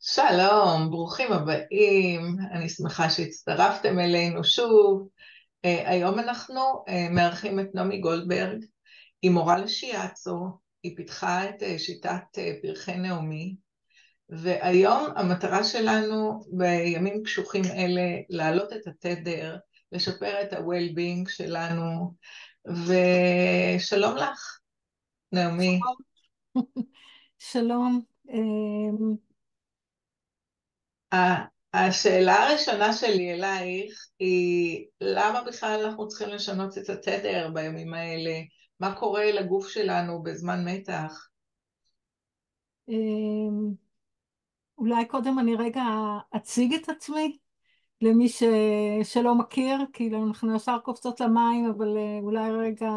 שלום, ברוכים הבאים, אני שמחה שהצטרפתם אלינו שוב. היום אנחנו מארחים את נעמי גולדברג, היא מורה לשיאצו, היא פיתחה את שיטת פרחי נעמי, והיום המטרה שלנו בימים קשוחים אלה להעלות את התדר, לשפר את ה-well-being שלנו, ושלום לך, נעמי. שלום. שלום. השאלה הראשונה שלי אלייך היא, למה בכלל אנחנו צריכים לשנות את התדר בימים האלה? מה קורה לגוף שלנו בזמן מתח? אמ, אולי קודם אני רגע אציג את עצמי למי שלא מכיר, כאילו אנחנו ישר קופצות למים, אבל אולי רגע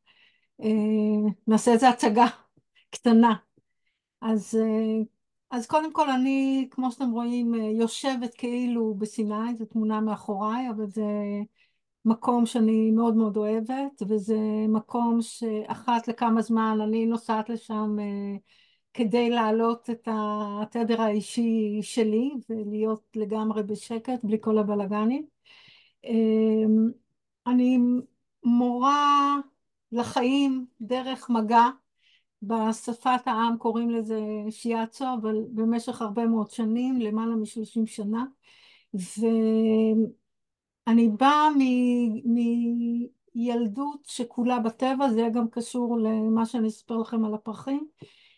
נעשה איזו הצגה קטנה. אז, אז קודם כל אני, כמו שאתם רואים, יושבת כאילו בסיני, זו תמונה מאחוריי, אבל זה מקום שאני מאוד מאוד אוהבת, וזה מקום שאחת לכמה זמן אני נוסעת לשם כדי להעלות את התדר האישי שלי ולהיות לגמרי בשקט בלי כל הבלגנים. אני מורה לחיים דרך מגע, בשפת העם קוראים לזה שיאצו, אבל במשך הרבה מאוד שנים, למעלה מ-30 שנה, אני באה מילדות שכולה בטבע, זה גם קשור למה שאני אספר לכם על הפרחים,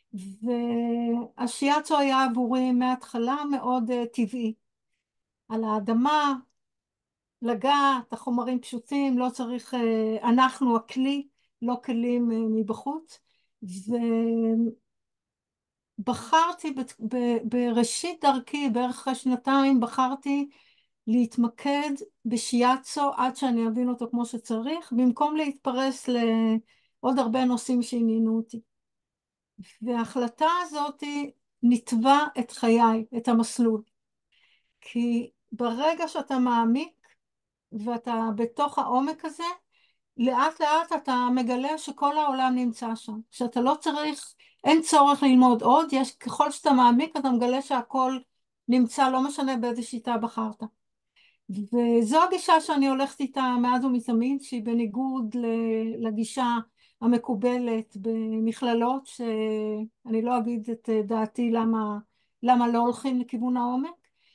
והשיאצו היה עבורי מההתחלה מאוד טבעי. על האדמה, לגעת, החומרים פשוטים, לא צריך, אנחנו הכלי, לא כלים מבחוץ. ובחרתי בראשית דרכי, בערך אחרי שנתיים, בחרתי להתמקד בשיאצו עד שאני אבין אותו כמו שצריך, במקום להתפרס לעוד הרבה נושאים שעניינו אותי. וההחלטה הזאת נתבע את חיי, את המסלול. כי ברגע שאתה מעמיק ואתה בתוך העומק הזה, לאט לאט אתה מגלה שכל העולם נמצא שם. שאתה לא צריך, אין צורך ללמוד עוד, ככל שאתה מעמיק אתה מגלה שהכל נמצא, לא משנה באיזה שיטה בחרת. וזו הגישה שאני הולכת איתה מאז ומתמיד, שהיא בניגוד לגישה המקובלת במכללות, שאני לא אגיד את דעתי למה לא הולכים לכיוון העומק.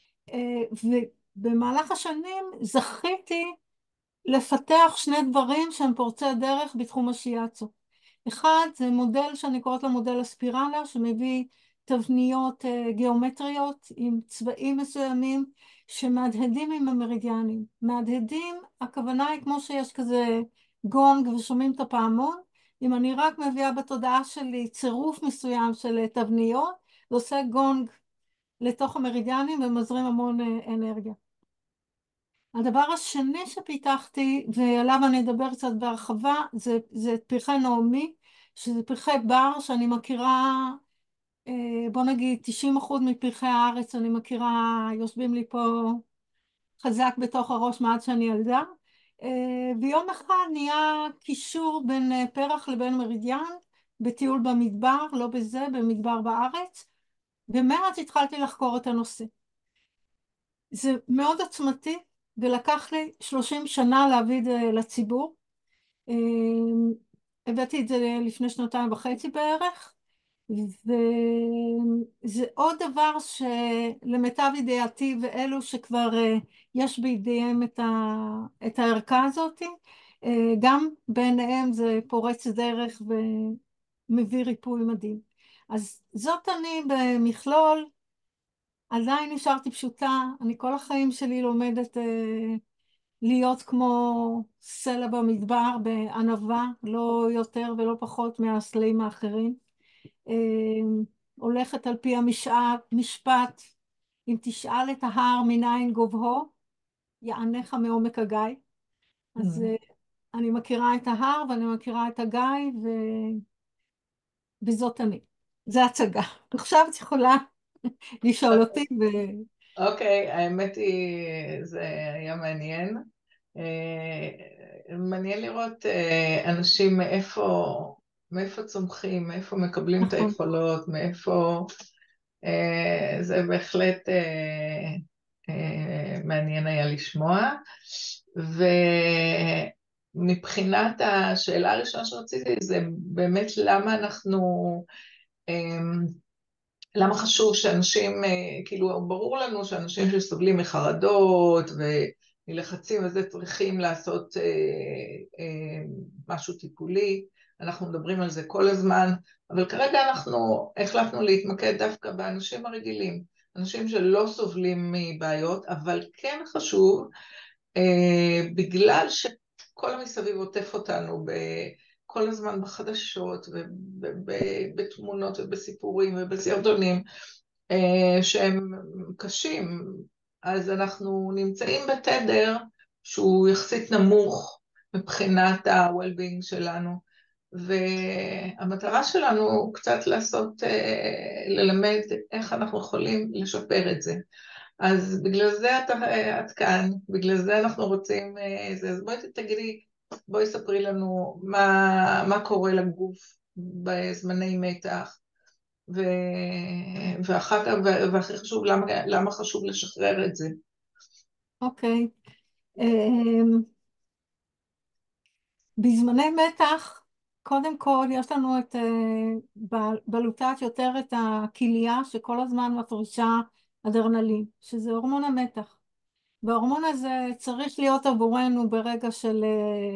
ובמהלך השנים זכיתי לפתח שני דברים שהם פורצי דרך בתחום השיאצו. אחד זה מודל שאני קוראת לו מודל הספירלה, שמביא תבניות גיאומטריות עם צבעים מסוימים שמהדהדים עם המרידיאנים. מהדהדים, הכוונה היא כמו שיש כזה גונג ושומעים את הפעמון, אם אני רק מביאה בתודעה שלי צירוף מסוים של תבניות, זה עושה גונג לתוך המרידיאנים ומזרים המון אנרגיה. הדבר השני שפיתחתי, ועליו אני אדבר קצת בהרחבה, זה פרחי נעמי, שזה פרחי בר שאני מכירה, בוא נגיד 90% מפרחי הארץ אני מכירה, יושבים לי פה חזק בתוך הראש מאז שאני ילדה, ויום אחד נהיה קישור בין פרח לבין מרידיאן, בטיול במדבר, לא בזה, במדבר בארץ, ומאז התחלתי לחקור את הנושא. זה מאוד עצמתי, ולקח לי 30 שנה להביא את זה לציבור. הבאתי את זה לפני 2.5 בערך, וזה עוד דבר שלמיטב ידיעתי ואלו שכבר יש בידיהם את הערכה הזאת, גם ביניהם זה פורץ דרך ומביא ריפוי מדהים. אז זאת אני במכלול, עדיין נשארתי פשוטה, אני כל החיים שלי לומדת להיות כמו סלע במדבר בענווה, לא יותר ולא פחות מהסלעים האחרים. הולכת על פי המשפט, אם תשאל את ההר מניין גובהו, יענך מעומק הגיא. אז Mm. אני מכירה את ההר ואני מכירה את הגיא, וזאת אני. זה הצגה. עכשיו את יכולה לשאול אותי. אוקיי, האמת היא, זה היה מעניין. מעניין לראות אנשים מאיפה צומחים, מאיפה מקבלים את נכון. היכולות, מאיפה זה בהחלט מעניין היה לשמוע. ומבחינת השאלה הראשונה שרציתי, זה באמת למה למה חשוב שאנשים, כאילו ברור לנו שאנשים שסובלים מחרדות ומלחצים וזה צריכים לעשות משהו טיפולי, אנחנו מדברים על זה כל הזמן, אבל כרגע אנחנו החלטנו להתמקד דווקא באנשים הרגילים, אנשים שלא סובלים מבעיות, אבל כן חשוב, בגלל שכל המסביב עוטף אותנו כל הזמן בחדשות ובתמונות ובסיפורים ובסרטונים שהם קשים, אז אנחנו נמצאים בתדר שהוא יחסית נמוך מבחינת ה-well-being שלנו, והמטרה שלנו קצת ללמד איך אנחנו יכולים לשפר את זה. אז בגלל זה את כאן, בגלל זה אנחנו רוצים, אז בואי ספרי לנו מה קורה לגוף בזמני מתח, ואחר כך, והכי חשוב, למה חשוב לשחרר את זה. אוקיי. בזמני מתח, קודם כל יש לנו בלוטת יותר את הכליה שכל הזמן מפרישה אדרנלין, שזה הורמון המתח. וההורמון הזה צריך להיות עבורנו ברגע של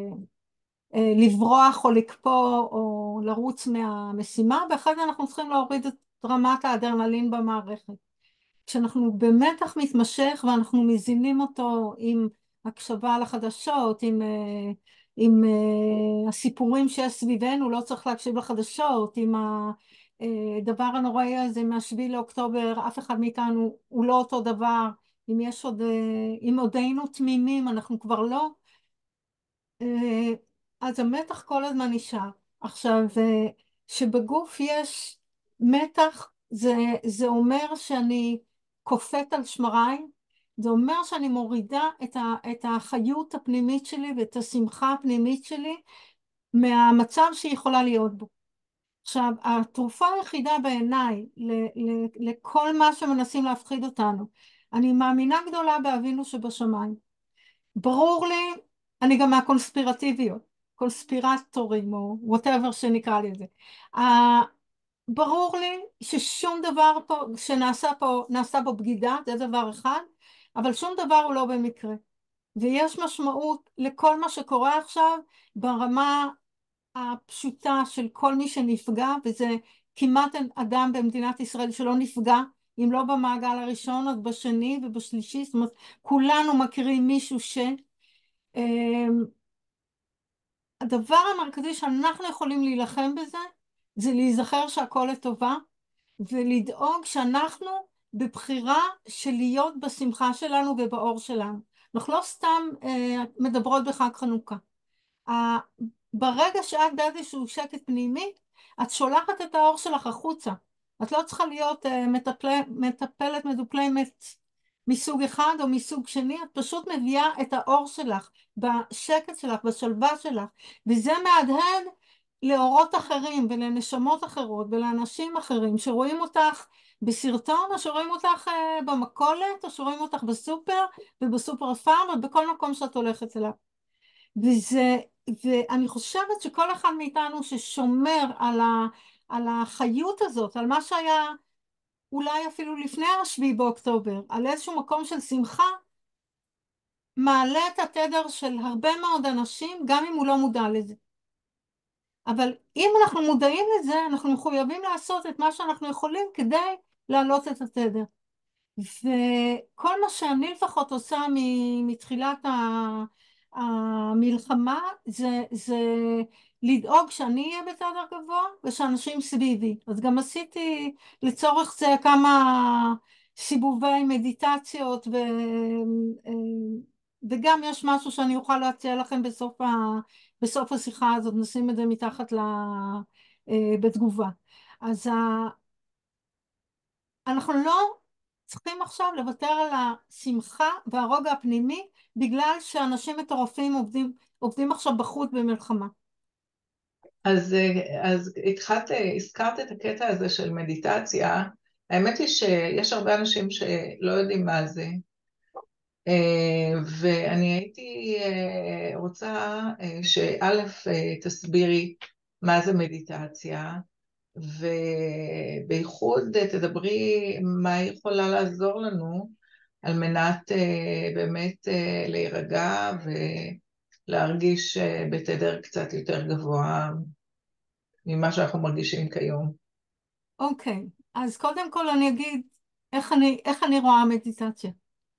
לברוח או לקפוא או לרוץ מהמשימה, ואחרי זה אנחנו צריכים להוריד את רמת האדרנלין במערכת. כשאנחנו במתח מתמשך ואנחנו מזינים אותו עם הקשבה לחדשות, עם הסיפורים שיש סביבנו, לא צריך להקשיב לחדשות, עם הדבר הנוראי הזה מה7 לאוקטובר, אף אחד מאיתנו הוא לא אותו דבר, אם עוד היינו תמימים, אנחנו כבר לא, אז המתח כל הזמן נשאר. עכשיו, שבגוף יש מתח, זה אומר שאני קופאת על שמריים, זה אומר שאני מורידה את החיות הפנימית שלי ואת השמחה הפנימית שלי מהמצב שהיא יכולה להיות בו. עכשיו, התרופה היחידה בעיניי לכל מה שמנסים להפחיד אותנו, אני מאמינה גדולה באבינו שבשמיים. ברור לי, אני גם מהקונספירטיביות, קונספירטורים או whatever שנקרא לזה. ברור לי ששום דבר פה, נעשה פה בגידה, זה דבר אחד, אבל שום דבר הוא לא במקרה. ויש משמעות לכל מה שקורה עכשיו ברמה הפשוטה של כל מי שנפגע, וזה כמעט אין אדם במדינת ישראל שלא נפגע, אם לא במעגל הראשון, עוד בשני ובשלישי, זאת אומרת, כולנו מכירים מישהו הדבר המרכזי שאנחנו יכולים להילחם בזה, זה להיזכר שהכל לטובה, ולדאוג שאנחנו בבחירה של להיות בשמחה שלנו ובאור שלנו. אנחנו לא סתם מדברות בחג חנוכה. ברגע שאת באיזשהו שקט פנימי, את שולחת את האור שלך החוצה. את לא צריכה להיות מטפלת מדופלמת מסוג אחד או מסוג שני, את פשוט מביאה את האור שלך, בשקט שלך, בשלווה שלך, וזה מהדהד לאורות אחרים ולנשמות אחרות ולאנשים אחרים שרואים אותך בסרטון או שרואים אותך במכולת או שרואים אותך בסופר ובסופר פארם ובכל מקום שאת הולכת אליו. ואני חושבת שכל אחד מאיתנו ששומר על החיות הזאת, על מה שהיה אולי אפילו לפני ה7 באוקטובר, על איזשהו מקום של שמחה, מעלה את התדר של הרבה מאוד אנשים, גם אם הוא לא מודע לזה. אבל אם אנחנו מודעים לזה, אנחנו מחויבים לעשות את מה שאנחנו יכולים כדי להעלות את התדר. וכל מה שאני לפחות עושה מתחילת המלחמה, זה לדאוג שאני אהיה בתדר גבוה ושאנשים סביבי. אז גם עשיתי לצורך זה כמה סיבובי מדיטציות וגם יש משהו שאני אוכל להציע לכם בסוף השיחה הזאת, נשים את זה מתחת בתגובה. אז אנחנו לא צריכים עכשיו לוותר על השמחה והרוגע הפנימי בגלל שאנשים מטורפים עובדים עכשיו בחוץ במלחמה. אז הזכרת את הקטע הזה של מדיטציה, האמת היא שיש הרבה אנשים שלא יודעים מה זה, ואני הייתי רוצה שא' תסבירי מה זה מדיטציה, ובייחוד תדברי מה היא יכולה לעזור לנו על מנת באמת להירגע ולהרגיש בתדר קצת יותר גבוה ממה שאנחנו מרגישים כיום. אוקיי, אז קודם כל אני אגיד איך אני רואה מדיטציה.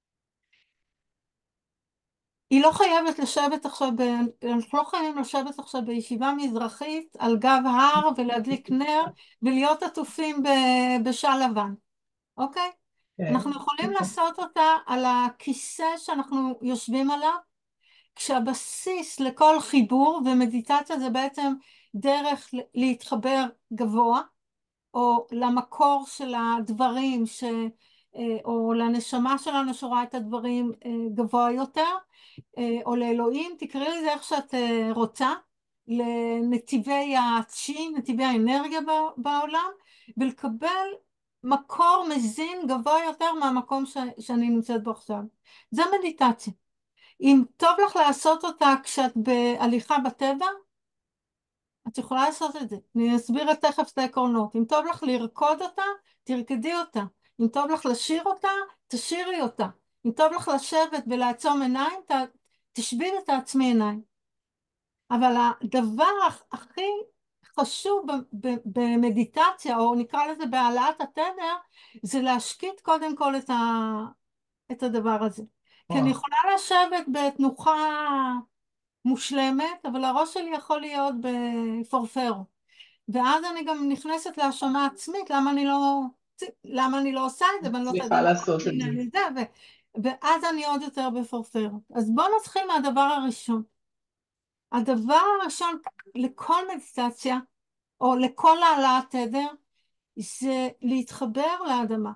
היא לא חייבת לשבת עכשיו, אנחנו לא חייבים לשבת עכשיו בישיבה מזרחית על גב הר ולהדליק נר ולהיות עטופים בשל לבן, אוקיי? כן. אנחנו יכולים לעשות אותה על הכיסא שאנחנו יושבים עליו, כשהבסיס לכל חיבור, ומדיטציה זה בעצם דרך להתחבר גבוה, או למקור של הדברים, או לנשמה שלנו שרואה את הדברים גבוה יותר, או לאלוהים, תקראי לזה איך שאת רוצה, לנתיבי הצ'י, נתיבי האנרגיה בעולם, ולקבל מקור מזין גבוה יותר מהמקום שאני נמצאת בו עכשיו. זה מדיטציה. אם טוב לך לעשות אותה כשאת בהליכה בטבע, את יכולה לעשות את זה. אני אסביר תכף את העקרונות. אם טוב לך לרקוד אותה, תרקדי אותה. אם טוב לך לשיר אותה, תשירי אותה. אם טוב לך לשבת ולעצום עיניים, תשבי ותעצמי עיניים. אבל הדבר הכי חשוב במדיטציה, או נקרא לזה בהעלאת התדר, זה להשקיט קודם כל את הדבר הזה. כי אני וואו. יכולה לשבת בתנוחה מושלמת, אבל הראש שלי יכול להיות בפורפרו. ואז אני גם נכנסת להאשמה עצמית, למה אני לא עושה את זה, ואני לא צריכה יודעת לעשות את הנה זה. אני זה, ואז אני עוד יותר בפורפרו. אז בואו נתחיל מהדבר הראשון. הדבר הראשון לכל מדיטציה, או לכל העלאת תדר, זה להתחבר לאדמה.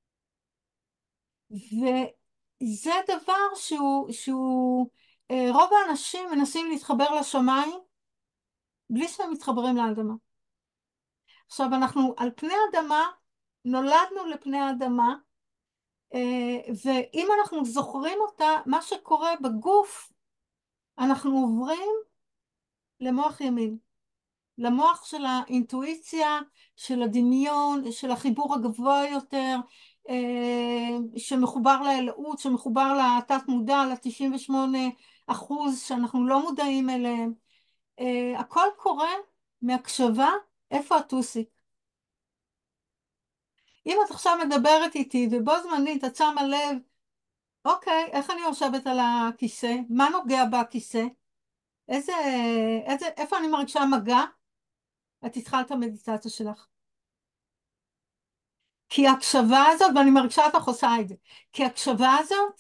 וזה דבר רוב האנשים מנסים להתחבר לשמיים, בלי שהם מתחברים לאדמה. עכשיו, אנחנו על פני אדמה, נולדנו לפני האדמה, ואם אנחנו זוכרים אותה, מה שקורה בגוף, אנחנו עוברים למוח ימין, למוח של האינטואיציה, של הדמיון, של החיבור הגבוה יותר, שמחובר לאלוהות, שמחובר לתת מודע, ל-98% שאנחנו לא מודעים אליהם. הכל קורה מהקשבה, איפה הטוסיק. אם את עכשיו מדברת איתי ובו זמנית את שמה לב, אוקיי, איך אני יושבת על הכיסא? מה נוגע בכיסא? איפה אני מרגישה מגע? את התחלת המדיטציה שלך. כי ההקשבה הזאת, ואני מרגישה אותך עושה את זה, כי ההקשבה הזאת,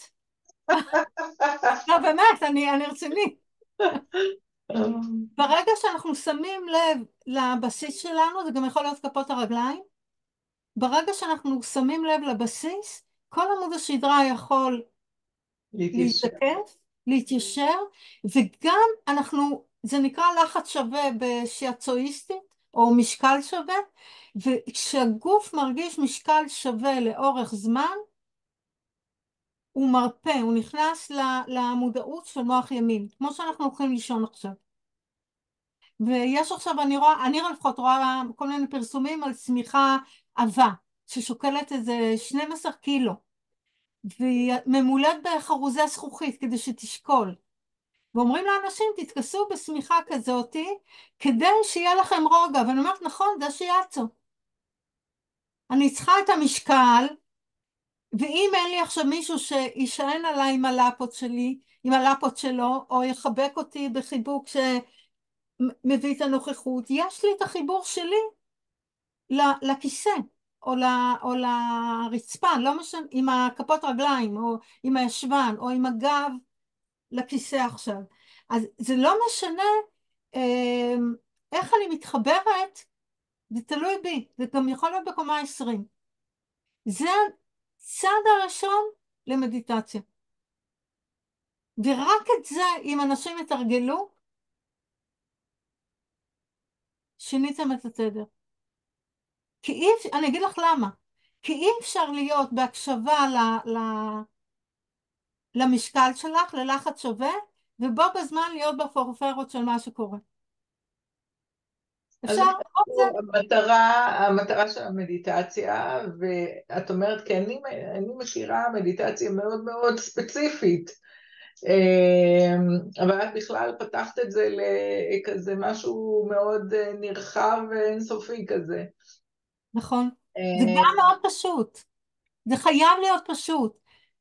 לא באמת, אני רצינית. ברגע שאנחנו שמים לב לבסיס שלנו, זה גם יכול להיות כפות הרגליים, ברגע שאנחנו שמים לב לבסיס, כל עמוד השדרה יכול להתיישב. להתקף, להתיישר, וגם זה נקרא לחץ שווה בשיאצואיסטית, או משקל שווה, וכשהגוף מרגיש משקל שווה לאורך זמן, הוא מרפא, הוא נכנס למודעות של מוח ימין, כמו שאנחנו הולכים לישון עכשיו. ויש עכשיו, אני לפחות רואה כל מיני פרסומים על צמיחה עבה, ששוקלת איזה 12 קילו, והיא ממולאת בחרוזי זכוכית כדי שתשקול. ואומרים לאנשים, תתכסו בשמיכה כזאת, כדי שיהיה לכם רוגע. ואני אומרת, נכון, זה שיאצו. אני צריכה את המשקל, ואם אין לי עכשיו מישהו שישען עליי עם הלפות שלי, עם הלפות שלו, או יחבק אותי בחיבוק שמביא את הנוכחות, יש לי את החיבור שלי לכיסא, או לרצפה, לא משנה, עם הכפות רגליים, או עם הישבן, או עם הגב לכיסא עכשיו. אז זה לא משנה איך אני מתחברת, זה תלוי בי, זה גם יכול להיות בקומה 20. זה הצעד הראשון למדיטציה. ורק את זה, אם אנשים יתרגלו, שיניתם את התדר. אני אגיד לך למה. כי אי אפשר להיות בהקשבה למשקל שלך, ללחץ שווה, ובו בזמן להיות בפורפרות של מה שקורה. אז אפשר עוד זה? המטרה של המדיטציה, ואת אומרת, כי אני מכירה מדיטציה מאוד מאוד ספציפית, אבל את בכלל פתחת את זה לכזה משהו מאוד נרחב ואינסופי כזה. נכון. זה גם אה, מאוד פשוט. זה חייב להיות פשוט.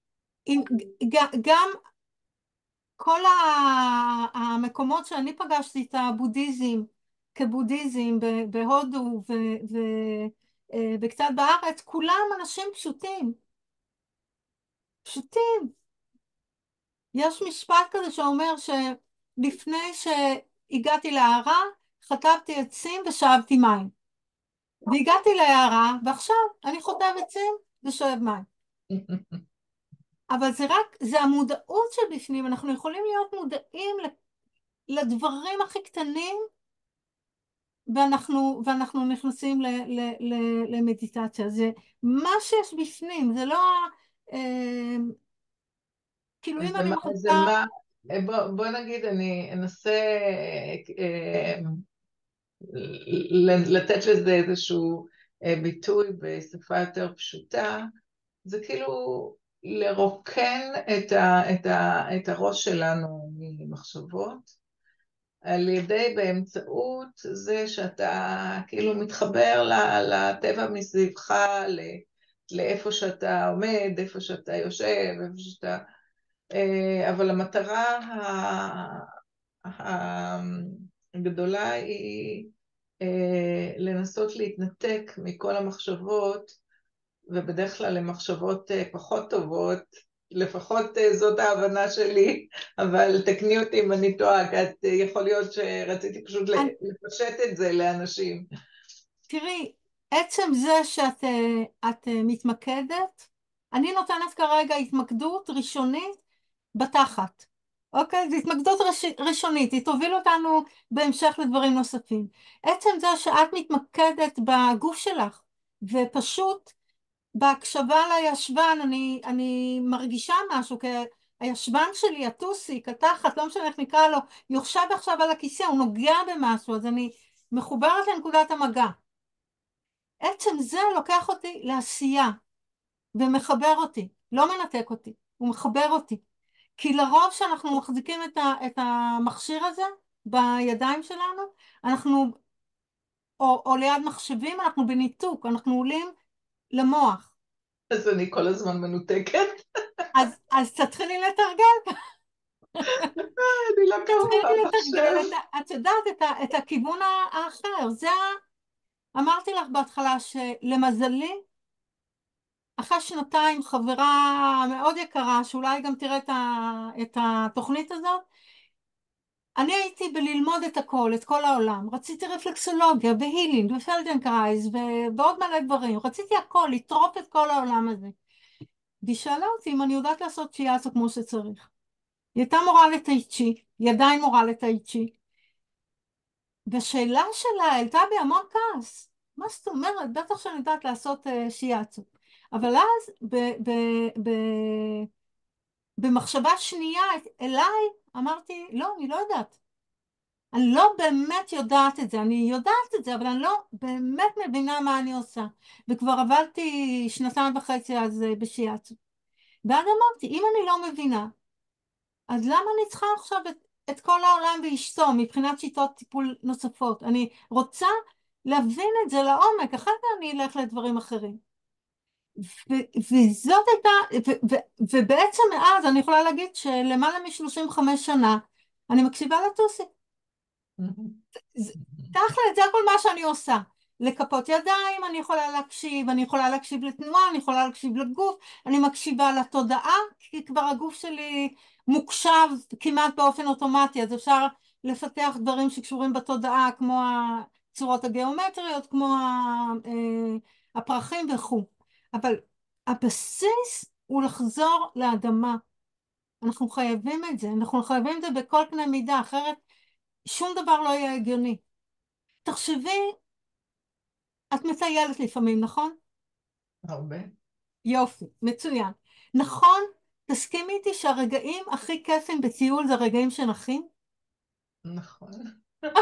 גם כל המקומות שאני פגשתי את הבודהיזם, כבודהיזם בהודו וקצת בארץ, כולם אנשים פשוטים. פשוטים. יש משפט כזה שאומר שלפני שהגעתי להערה, חטבתי עצים ושאבתי מים. והגעתי להערה, ועכשיו אני חוטב עצים ושואב מים. אבל זה רק, זה המודעות שבפנים, אנחנו יכולים להיות מודעים לדברים הכי קטנים, ואנחנו נכנסים למדיטציה. זה מה שיש בפנים, זה לא, אה, כאילו אם אני אז מחליטה, מה, בוא נגיד, אני אנסה אה, לתת לזה איזשהו ביטוי בשפה יותר פשוטה, זה כאילו לרוקן את הראש שלנו ממחשבות, על ידי באמצעות זה שאתה כאילו מתחבר לטבע מסביבך, לאיפה שאתה עומד, איפה שאתה יושב, איפה שאתה... אבל המטרה הגדולה היא לנסות להתנתק מכל המחשבות, ובדרך כלל הן מחשבות פחות טובות, לפחות זאת ההבנה שלי, אבל תקני אותי אם אני טועה, כי יכול להיות שרציתי פשוט לפשט את זה לאנשים. תראי, עצם זה את מתמקדת, אני נותנת כרגע התמקדות ראשונית בתחת. אוקיי? זו התמקדות ראשונית, היא תוביל אותנו בהמשך לדברים נוספים. עצם זה שאת מתמקדת בגוף שלך, ופשוט בהקשבה לישבן, אני מרגישה משהו, כי הישבן שלי, הטוסיק, התחת, לא משנה איך נקרא לו, יושב עכשיו על הכיסא, הוא נוגע במשהו, אז אני מחוברת לנקודת המגע. עצם זה לוקח אותי לעשייה, ומחבר אותי, לא מנתק אותי, הוא מחבר אותי. כי לרוב שאנחנו מחזיקים את המכשיר הזה בידיים שלנו, אנחנו, או ליד מחשבים, אנחנו בניתוק, אנחנו עולים למוח. אז אני כל הזמן מנותקת, אז תתחילי לתרגל, אני לא קרובה תתחילי לתרגל, במחשב. את יודעת, את הכיוון האחר. אמרתי לך בהתחלה שלמזלי, אחרי שנתיים חברה מאוד יקרה, שאולי גם תראה את התוכנית הזאת, אני הייתי בללמוד את הכל, את כל העולם. רציתי רפלקסולוגיה והילינג ופלדנקרייז ועוד מלא דברים. רציתי הכל, לטרוף את כל העולם הזה. והיא שאלה אותי אם אני יודעת לעשות שיאצו כמו שצריך. היא הייתה מורה לטאי-צ'י, היא עדיין מורה לטאי-צ'י. והשאלה שלה העלתה בי המון כעס. מה זאת אומרת? בטח שאני יודעת לעשות שיאצו. אבל אז ב, במחשבה שנייה אליי אמרתי, לא, אני לא יודעת. אני לא באמת יודעת את זה, אני יודעת את זה, אבל אני לא באמת מבינה מה אני עושה. וכבר עבדתי 2.5 אז בשיאצו. ואז אמרתי, אם אני לא מבינה, אז למה אני צריכה עכשיו את כל העולם ואשתו מבחינת שיטות טיפול נוספות? אני רוצה להבין את זה לעומק, אחר כך אני אלך לדברים אחרים. וזאת הייתה, ובעצם מאז אני יכולה להגיד שלמעלה מ-35 שנה אני מקשיבה לטוסי. תכל'ס, זה הכל מה שאני עושה. לכפות ידיים, אני יכולה להקשיב, אני יכולה להקשיב לתנועה, אני יכולה להקשיב לגוף, אני מקשיבה לתודעה, כי כבר הגוף שלי מוקשב כמעט באופן אוטומטי, אז אפשר לפתח דברים שקשורים בתודעה, כמו הצורות הגיאומטריות, כמו הפרחים וכו'. אבל הבסיס הוא לחזור לאדמה. אנחנו חייבים את זה, אנחנו חייבים את זה בכל קנה מידה, אחרת שום דבר לא יהיה הגיוני. תחשבי, את מטיילת לפעמים, נכון? הרבה. יופי, מצוין. נכון, תסכימי איתי שהרגעים הכי כיפים בטיול זה רגעים שנחים? נכון.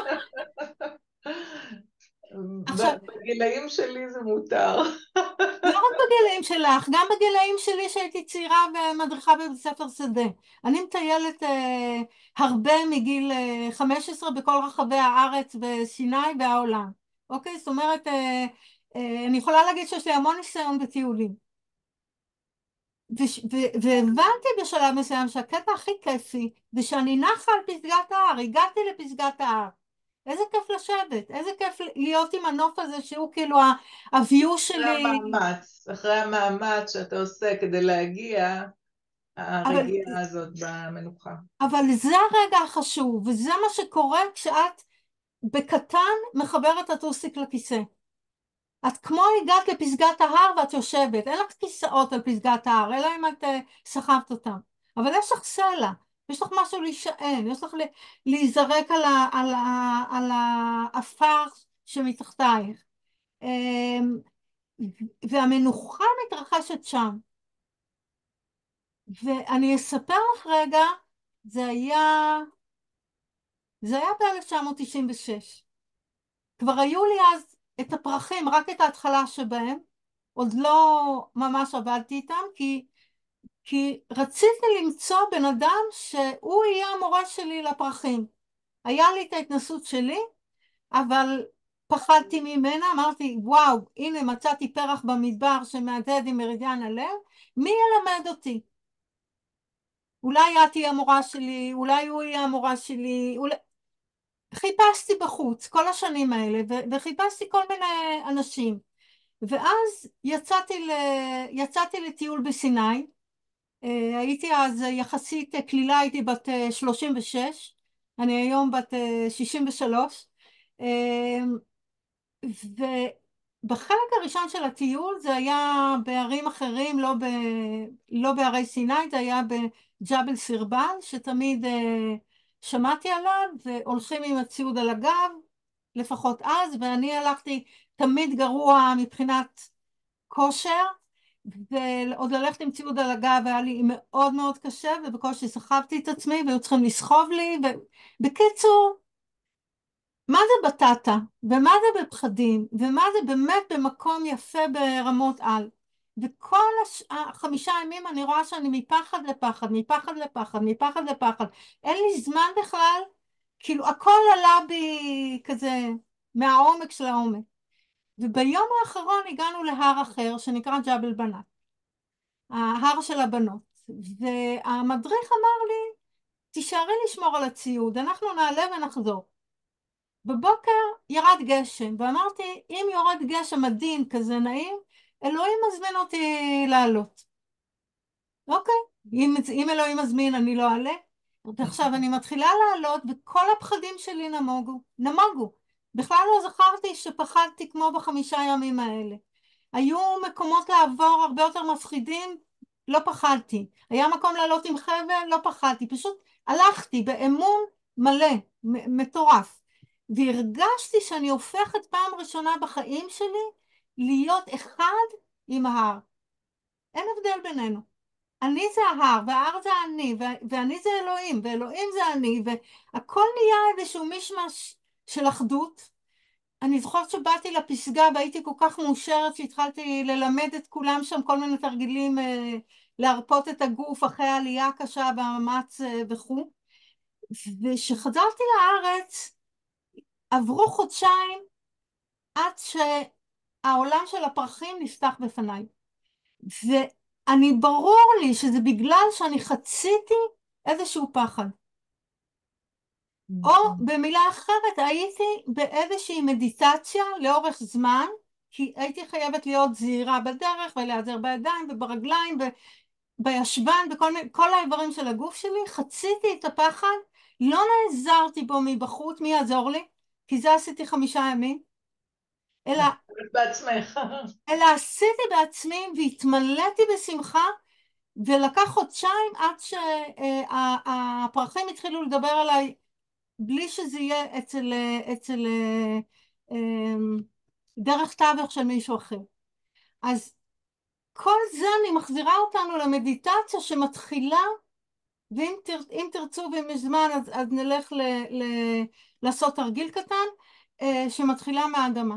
עכשיו, בגילאים שלי זה מותר. לא רק בגילאים שלך, גם בגילאים שלי שהייתי צעירה ומדריכה בבית ספר שדה. אני מטיילת הרבה מגיל 15 בכל רחבי הארץ וסיני והעולם. אוקיי? זאת אומרת, אני יכולה להגיד שיש לי המון ניסיון בטיולים. והבנתי בשלב מסוים שהקטע הכי כיפי זה שאני נחה על פסגת ההר, הגעתי לפסגת ההר. איזה כיף לשבת, איזה כיף להיות עם הנוף הזה שהוא כאילו ה-view שלי. אחרי המאמץ שאתה עושה כדי להגיע, אבל, הרגיעה הזאת במנוחה. אבל זה הרגע החשוב, וזה מה שקורה כשאת בקטן מחברת את הטוסיק לכיסא. את כמו הגעת לפסגת ההר ואת יושבת, אין לך כיסאות על פסגת ההר, אלא אם את סחבת אותם. אבל יש לך סלע, יש לך משהו להישען, יש לך להיזרק על האפר שמתחתייך. אמ, והמנוחה מתרחשת שם. ואני אספר לך רגע, זה היה, זה היה ב-1996. כבר היו לי אז את הפרחים, רק את ההתחלה שבהם, עוד לא ממש עבדתי איתם, כי רציתי למצוא בן אדם שהוא יהיה המורה שלי לפרחים. היה לי את ההתנסות שלי, אבל פחדתי ממנה, אמרתי, וואו, הנה מצאתי פרח במדבר שמהדהד עם מרידיאן הלב, מי ילמד אותי? אולי את תהיה המורה שלי, אולי הוא יהיה המורה שלי, אולי... חיפשתי בחוץ כל השנים האלה, וחיפשתי כל מיני אנשים. ואז יצאתי לטיול בסיני, הייתי אז יחסית כלילה, הייתי בת 36, אני היום בת 63, ובחלק הראשון של הטיול זה היה בערים אחרים, לא בערי סיני, זה היה בג'בל סירבן, שתמיד שמעתי עליו, והולכים עם הציוד על הגב, לפחות אז, ואני הלכתי תמיד גרוע מבחינת כושר, ועוד ללכת עם ציוד על הגב היה לי מאוד מאוד קשה, ובקושי סחבתי את עצמי, והיו צריכים לסחוב לי, ובקיצור, מה זה בטטה, ומה זה בפחדים, ומה זה באמת במקום יפה ברמות על. וכל 5 ימים אני רואה שאני מפחד לפחד, מפחד לפחד, מפחד לפחד. אין לי זמן בכלל, כאילו הכל עלה בי כזה מהעומק של העומק. וביום האחרון הגענו להר אחר שנקרא ג'בל בנאת, ההר של הבנות. והמדריך אמר לי, תישארי לשמור על הציוד, אנחנו נעלה ונחזור. בבוקר ירד גשם, ואמרתי, אם יורד גשם עדין כזה נעים, אלוהים מזמין אותי לעלות. אוקיי, אם אלוהים מזמין אני לא אעלה. ועכשיו אני מתחילה לעלות, וכל הפחדים שלי נמוגו. בכלל לא זכרתי שפחדתי כמו ב5 ימים האלה. היו מקומות לעבור הרבה יותר מפחידים, לא פחדתי. היה מקום לעלות עם חבל, לא פחדתי. פשוט הלכתי באמון מלא, מטורף. והרגשתי שאני הופכת פעם ראשונה בחיים שלי להיות אחד עם ההר. אין הבדל בינינו. אני זה ההר, וההר זה אני, ואני זה אלוהים, ואלוהים זה אני, והכל נהיה איזשהו מישמש של אחדות. אני זוכרת שבאתי לפסגה והייתי כל כך מאושרת שהתחלתי ללמד את כולם שם כל מיני תרגילים להרפות את הגוף אחרי העלייה הקשה והמאמץ וכו'. וכשחזרתי לארץ עברו חודשיים עד שהעולם של הפרחים נפתח בפניי. ואני ברור לי שזה בגלל שאני חציתי איזשהו פחד. או במילה אחרת, הייתי באיזושהי מדיטציה לאורך זמן, כי הייתי חייבת להיות זהירה בדרך ולהיעזר בידיים וברגליים ובישבן וכל האיברים של הגוף שלי, חציתי את הפחד, לא נעזרתי בו מבחוץ, מי יעזור לי? כי זה עשיתי 5 ימים, אלא, בעצמך. אלא עשיתי בעצמי והתמלאתי בשמחה, ולקח חודשיים עד שהפרחים התחילו לדבר עליי בלי שזה יהיה אצל דרך תווך של מישהו אחר. אז כל זה אני מחזירה אותנו למדיטציה שמתחילה, ואם תרצו ואם יש זמן אז נלך לעשות תרגיל קטן, שמתחילה מהאדמה.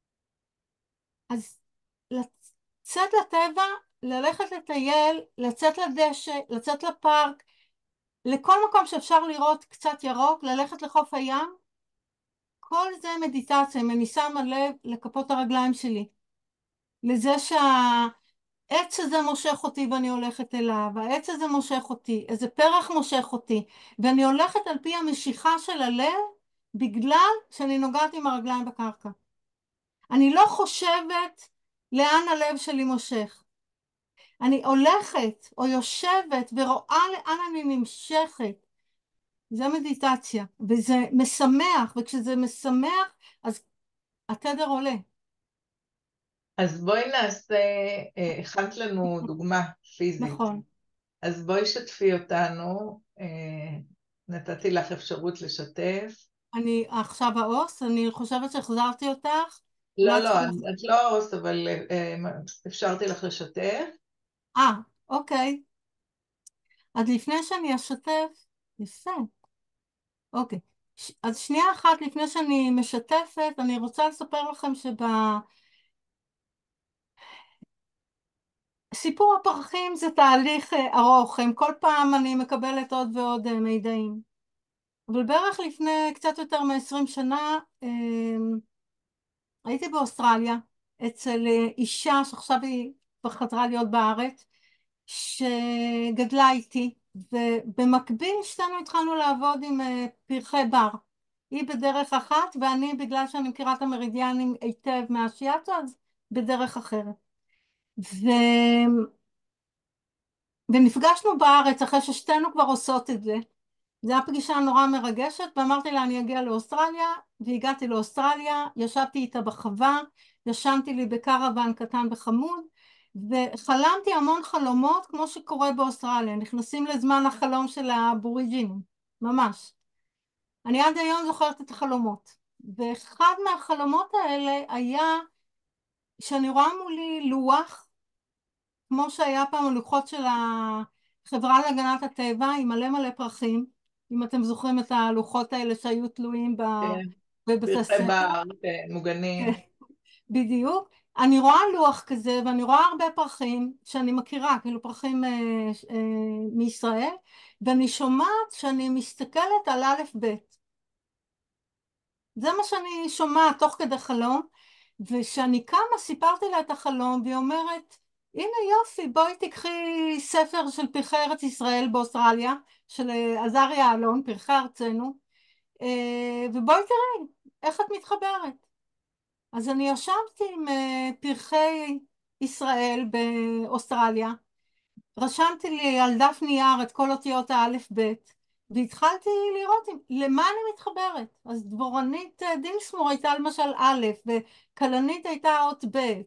אז לצאת לטבע, ללכת לטייל, לצאת לדשא, לצאת לפארק, לכל מקום שאפשר לראות קצת ירוק, ללכת לחוף הים, כל זה מדיטציה. אם אני שמה לב לכפות הרגליים שלי, לזה העץ הזה מושך אותי ואני הולכת אליו, העץ הזה מושך אותי, איזה פרח מושך אותי, ואני הולכת על פי המשיכה של הלב, בגלל שאני נוגעת עם הרגליים בקרקע. אני לא חושבת לאן הלב שלי מושך. אני הולכת או יושבת ורואה לאן אני נמשכת. זה מדיטציה, וזה משמח, וכשזה משמח, אז התדר עולה. אז בואי נעשה, הכנת לנו דוגמה פיזית, נכון. אז בואי שתפי אותנו, נתתי לך אפשרות לשתף. אני עכשיו העוס, אני חושבת שהחזרתי אותך. לא, אולי לא, צריכים... את לא הוסט, אבל אפשרתי לך לשתף. אה, אוקיי. אז לפני שאני אשתף, יפה. אוקיי. אז שנייה אחת לפני שאני משתפת, אני רוצה לספר לכם סיפור הפרחים זה תהליך ארוך, כל פעם אני מקבלת עוד ועוד מידעים. אבל בערך לפני קצת יותר מ-20 שנה הייתי באוסטרליה אצל אישה שעכשיו היא כבר חזרה להיות בארץ, שגדלה איתי, ובמקביל שתינו התחלנו לעבוד עם פרחי בר. היא בדרך אחת ואני, בגלל שאני מכירה את המרידיאנים היטב מהשיאטו, אז בדרך אחרת. ונפגשנו בארץ אחרי ששתינו כבר עושות את זה. זו הייתה פגישה נורא מרגשת, ואמרתי לה אני אגיע לאוסטרליה, והגעתי לאוסטרליה, ישבתי איתה בחווה, ישנתי לי בקרוון קטן וחמוד, וחלמתי המון חלומות כמו שקורה באוסטרליה, נכנסים לזמן החלום של האבוריג'ינים, ממש. אני עד היום זוכרת את החלומות, ואחד מהחלומות האלה היה שאני רואה מולי לוח, כמו שהיה פעם הלוחות של החברה להגנת הטבע, עם מלא מלא פרחים, אם אתם זוכרים את הלוחות האלה שהיו תלויים כן, בבית פרחי הספר. בר, כן, כן, מוגנים. בדיוק. אני רואה לוח כזה, ואני רואה הרבה פרחים שאני מכירה, כאילו פרחים מישראל, ואני שומעת שאני מסתכלת על א' ב'. זה מה שאני שומעת תוך כדי חלום, וכשאני קמה סיפרתי לה את החלום, והיא אומרת, הנה יופי, בואי תקחי ספר של פרחי ארץ ישראל באוסטרליה, של עזריה אלון, פרחי ארצנו, ובואי תראי איך את מתחברת. אז אני ישבתי עם פרחי ישראל באוסטרליה, רשמתי לי על דף נייר את כל אותיות האלף בית, והתחלתי לראות למה אני מתחברת. אז דבורנית דינסמור הייתה למשל א', וכלנית הייתה אות ב',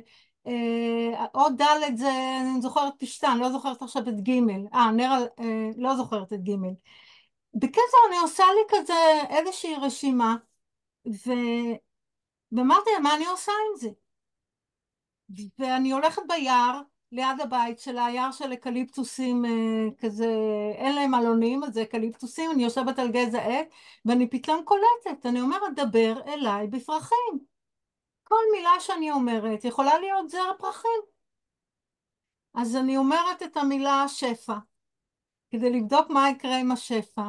ואות ד' זה, אני זוכרת פשטן, לא זוכרת עכשיו את ג', לא זוכרת את ג'. בקיצור, אני עושה לי כזה איזושהי רשימה, ואמרתי לה, מה אני עושה עם זה? ואני הולכת ביער, ליד הבית שלה, יער של אקליפטוסים כזה, אין להם עלונים, אז זה אקליפטוסים, אני יושבת על גזע עץ, ואני פתאום קולטת, אני אומרת, דבר אליי בפרחים. כל מילה שאני אומרת יכולה להיות זר פרחים. אז אני אומרת את המילה שפע, כדי לבדוק מה יקרה עם השפע,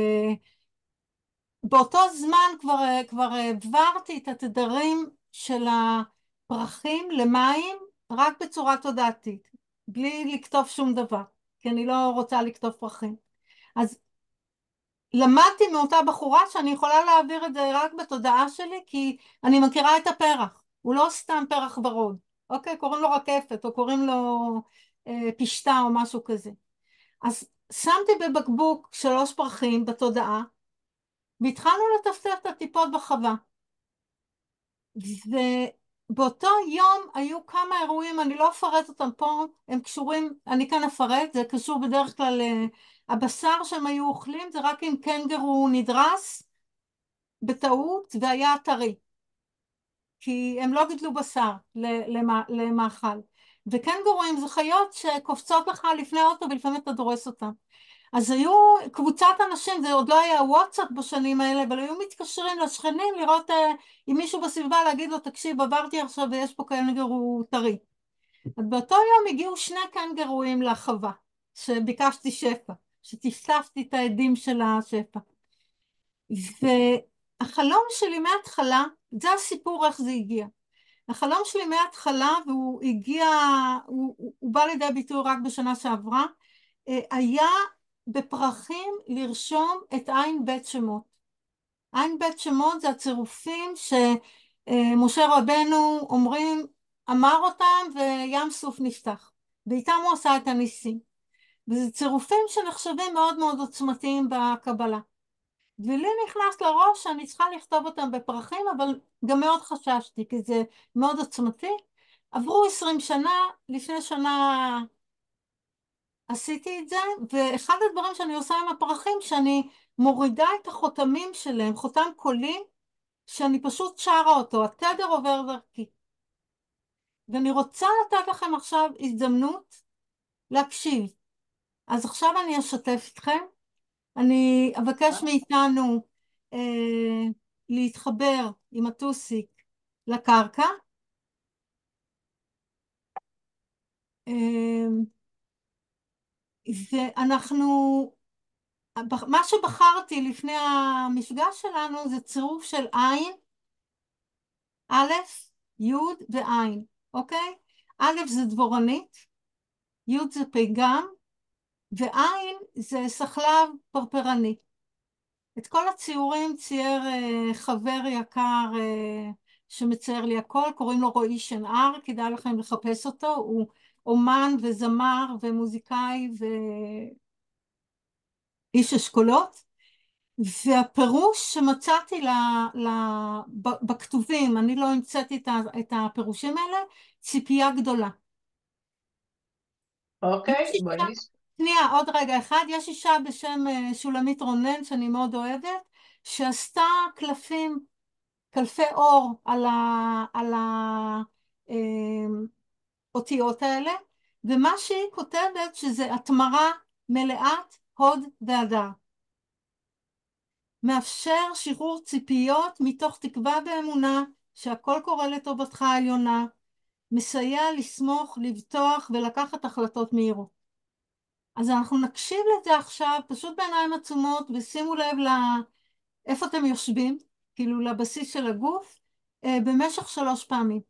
באותו זמן כבר העברתי את התדרים של הפרחים למים רק בצורה תודעתית, בלי לכתוב שום דבר, כי אני לא רוצה לכתוב פרחים. אז למדתי מאותה בחורה שאני יכולה להעביר את זה רק בתודעה שלי, כי אני מכירה את הפרח, הוא לא סתם פרח ורוד, אוקיי? קוראים לו רקפת, או קוראים לו פשטה או משהו כזה. אז שמתי בבקבוק 3 פרחים בתודעה, והתחלנו לטפטף את הטיפות בחווה. ובאותו יום היו כמה אירועים, אני לא אפרט אותם פה, הם קשורים, אני כאן אפרט, זה קשור בדרך כלל, הבשר שהם היו אוכלים, זה רק אם קנגרו נדרס בטעות והיה טרי. כי הם לא גידלו בשר למאכל. וקנגורים זה חיות שקופצות לך לפני אוטו ולפעמים אתה דורס אותן. אז היו קבוצת אנשים, זה עוד לא היה וואטסאפ בשנים האלה, אבל היו מתקשרים לשכנים לראות אם מישהו בסביבה להגיד לו, תקשיב, עברתי עכשיו ויש פה קנגרו טרי. אז באותו יום הגיעו שני קנגרואים לחווה, שביקשתי שפע, שטפטפתי את העדים של השפע. והחלום שלי מההתחלה, זה הסיפור איך זה הגיע. החלום שלי מההתחלה, והוא הגיע, הוא בא לידי ביטוי רק בשנה שעברה, היה בפרחים לרשום את עין בית שמות. עין בית שמות זה הצירופים שמשה רבנו אומרים, אמר אותם וים סוף נפתח. ואיתם הוא עשה את הניסים. וזה צירופים שנחשבים מאוד מאוד עוצמתיים בקבלה. ולי נכנס לראש שאני צריכה לכתוב אותם בפרחים, אבל גם מאוד חששתי, כי זה מאוד עוצמתי. עברו 20 שנה, לפני שנה עשיתי את זה, ואחד הדברים שאני עושה עם הפרחים, שאני מורידה את החותמים שלהם, חותם קולי, שאני פשוט שרה אותו, התדר עובר דרכי. ואני רוצה לתת לכם עכשיו הזדמנות להקשיב. אז עכשיו אני אשתף איתכם. אני אבקש מאיתנו להתחבר עם הטוסיק לקרקע. ואנחנו, מה שבחרתי לפני המפגש שלנו זה צירוף של עין, א', י' ועין, אוקיי? א' זה דבורנית, י' זה פגם, ועין זה סחלב פרפרני. את כל הציורים צייר חבר יקר שמצייר לי הכל, קוראים לו רועי שנער, כדאי לכם לחפש אותו, הוא אומן וזמר ומוזיקאי ואיש אשכולות. והפירוש שמצאתי בכתובים, אני לא המצאתי את הפירושים האלה, ציפייה גדולה. אוקיי, בואי נשמע. שנייה, עוד רגע אחד, יש אישה בשם שולמית רונן, שאני מאוד אוהבת, שעשתה קלפים, קלפי אור על האותיות האלה, ומה שהיא כותבת שזה התמרה מלאת הוד והדר. מאפשר שחרור ציפיות מתוך תקווה ואמונה שהכל קורה לטובתך העליונה, מסייע לסמוך, לבטוח ולקחת החלטות מהירות. אז אנחנו נקשיב לזה עכשיו, פשוט בעיניים עצומות, ושימו לב איפה אתם יושבים, כאילו לבסיס של הגוף, במשך 3 פעמים.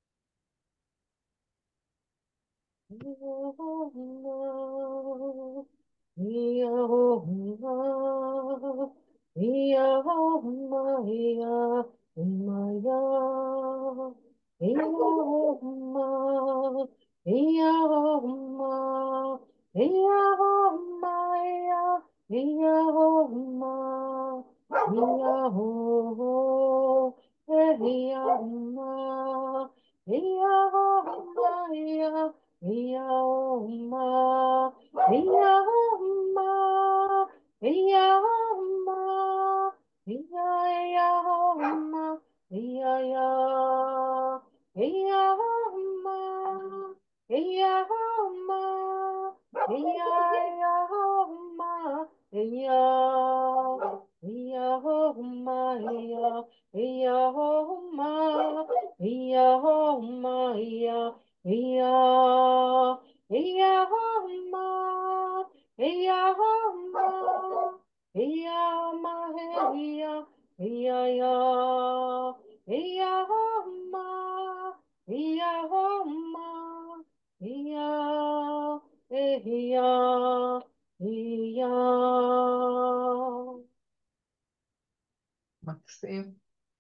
מקסים.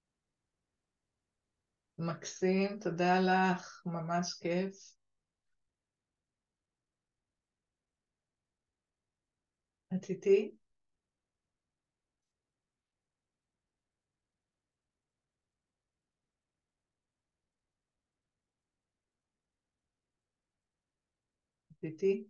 מקסים, תודה לך, ממש כיף. את איתי? את איתי?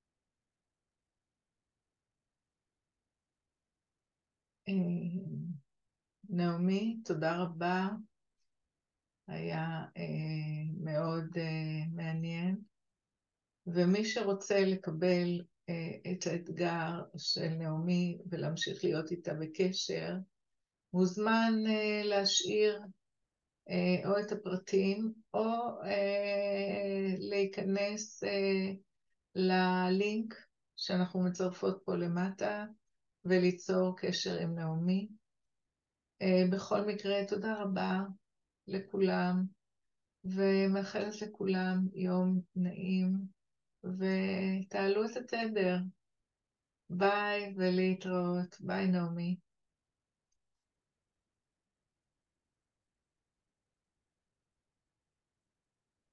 נעמי, תודה רבה. היה מאוד מעניין. ומי שרוצה לקבל את האתגר של נעמי ולהמשיך להיות איתה בקשר, מוזמן להשאיר או את הפרטים, או להיכנס ללינק שאנחנו מצרפות פה למטה, וליצור קשר עם נעמי. בכל מקרה, תודה רבה לכולם, ומאחלת לכולם יום נעים, ותעלו את התדר. ביי ולהתראות. ביי נעמי.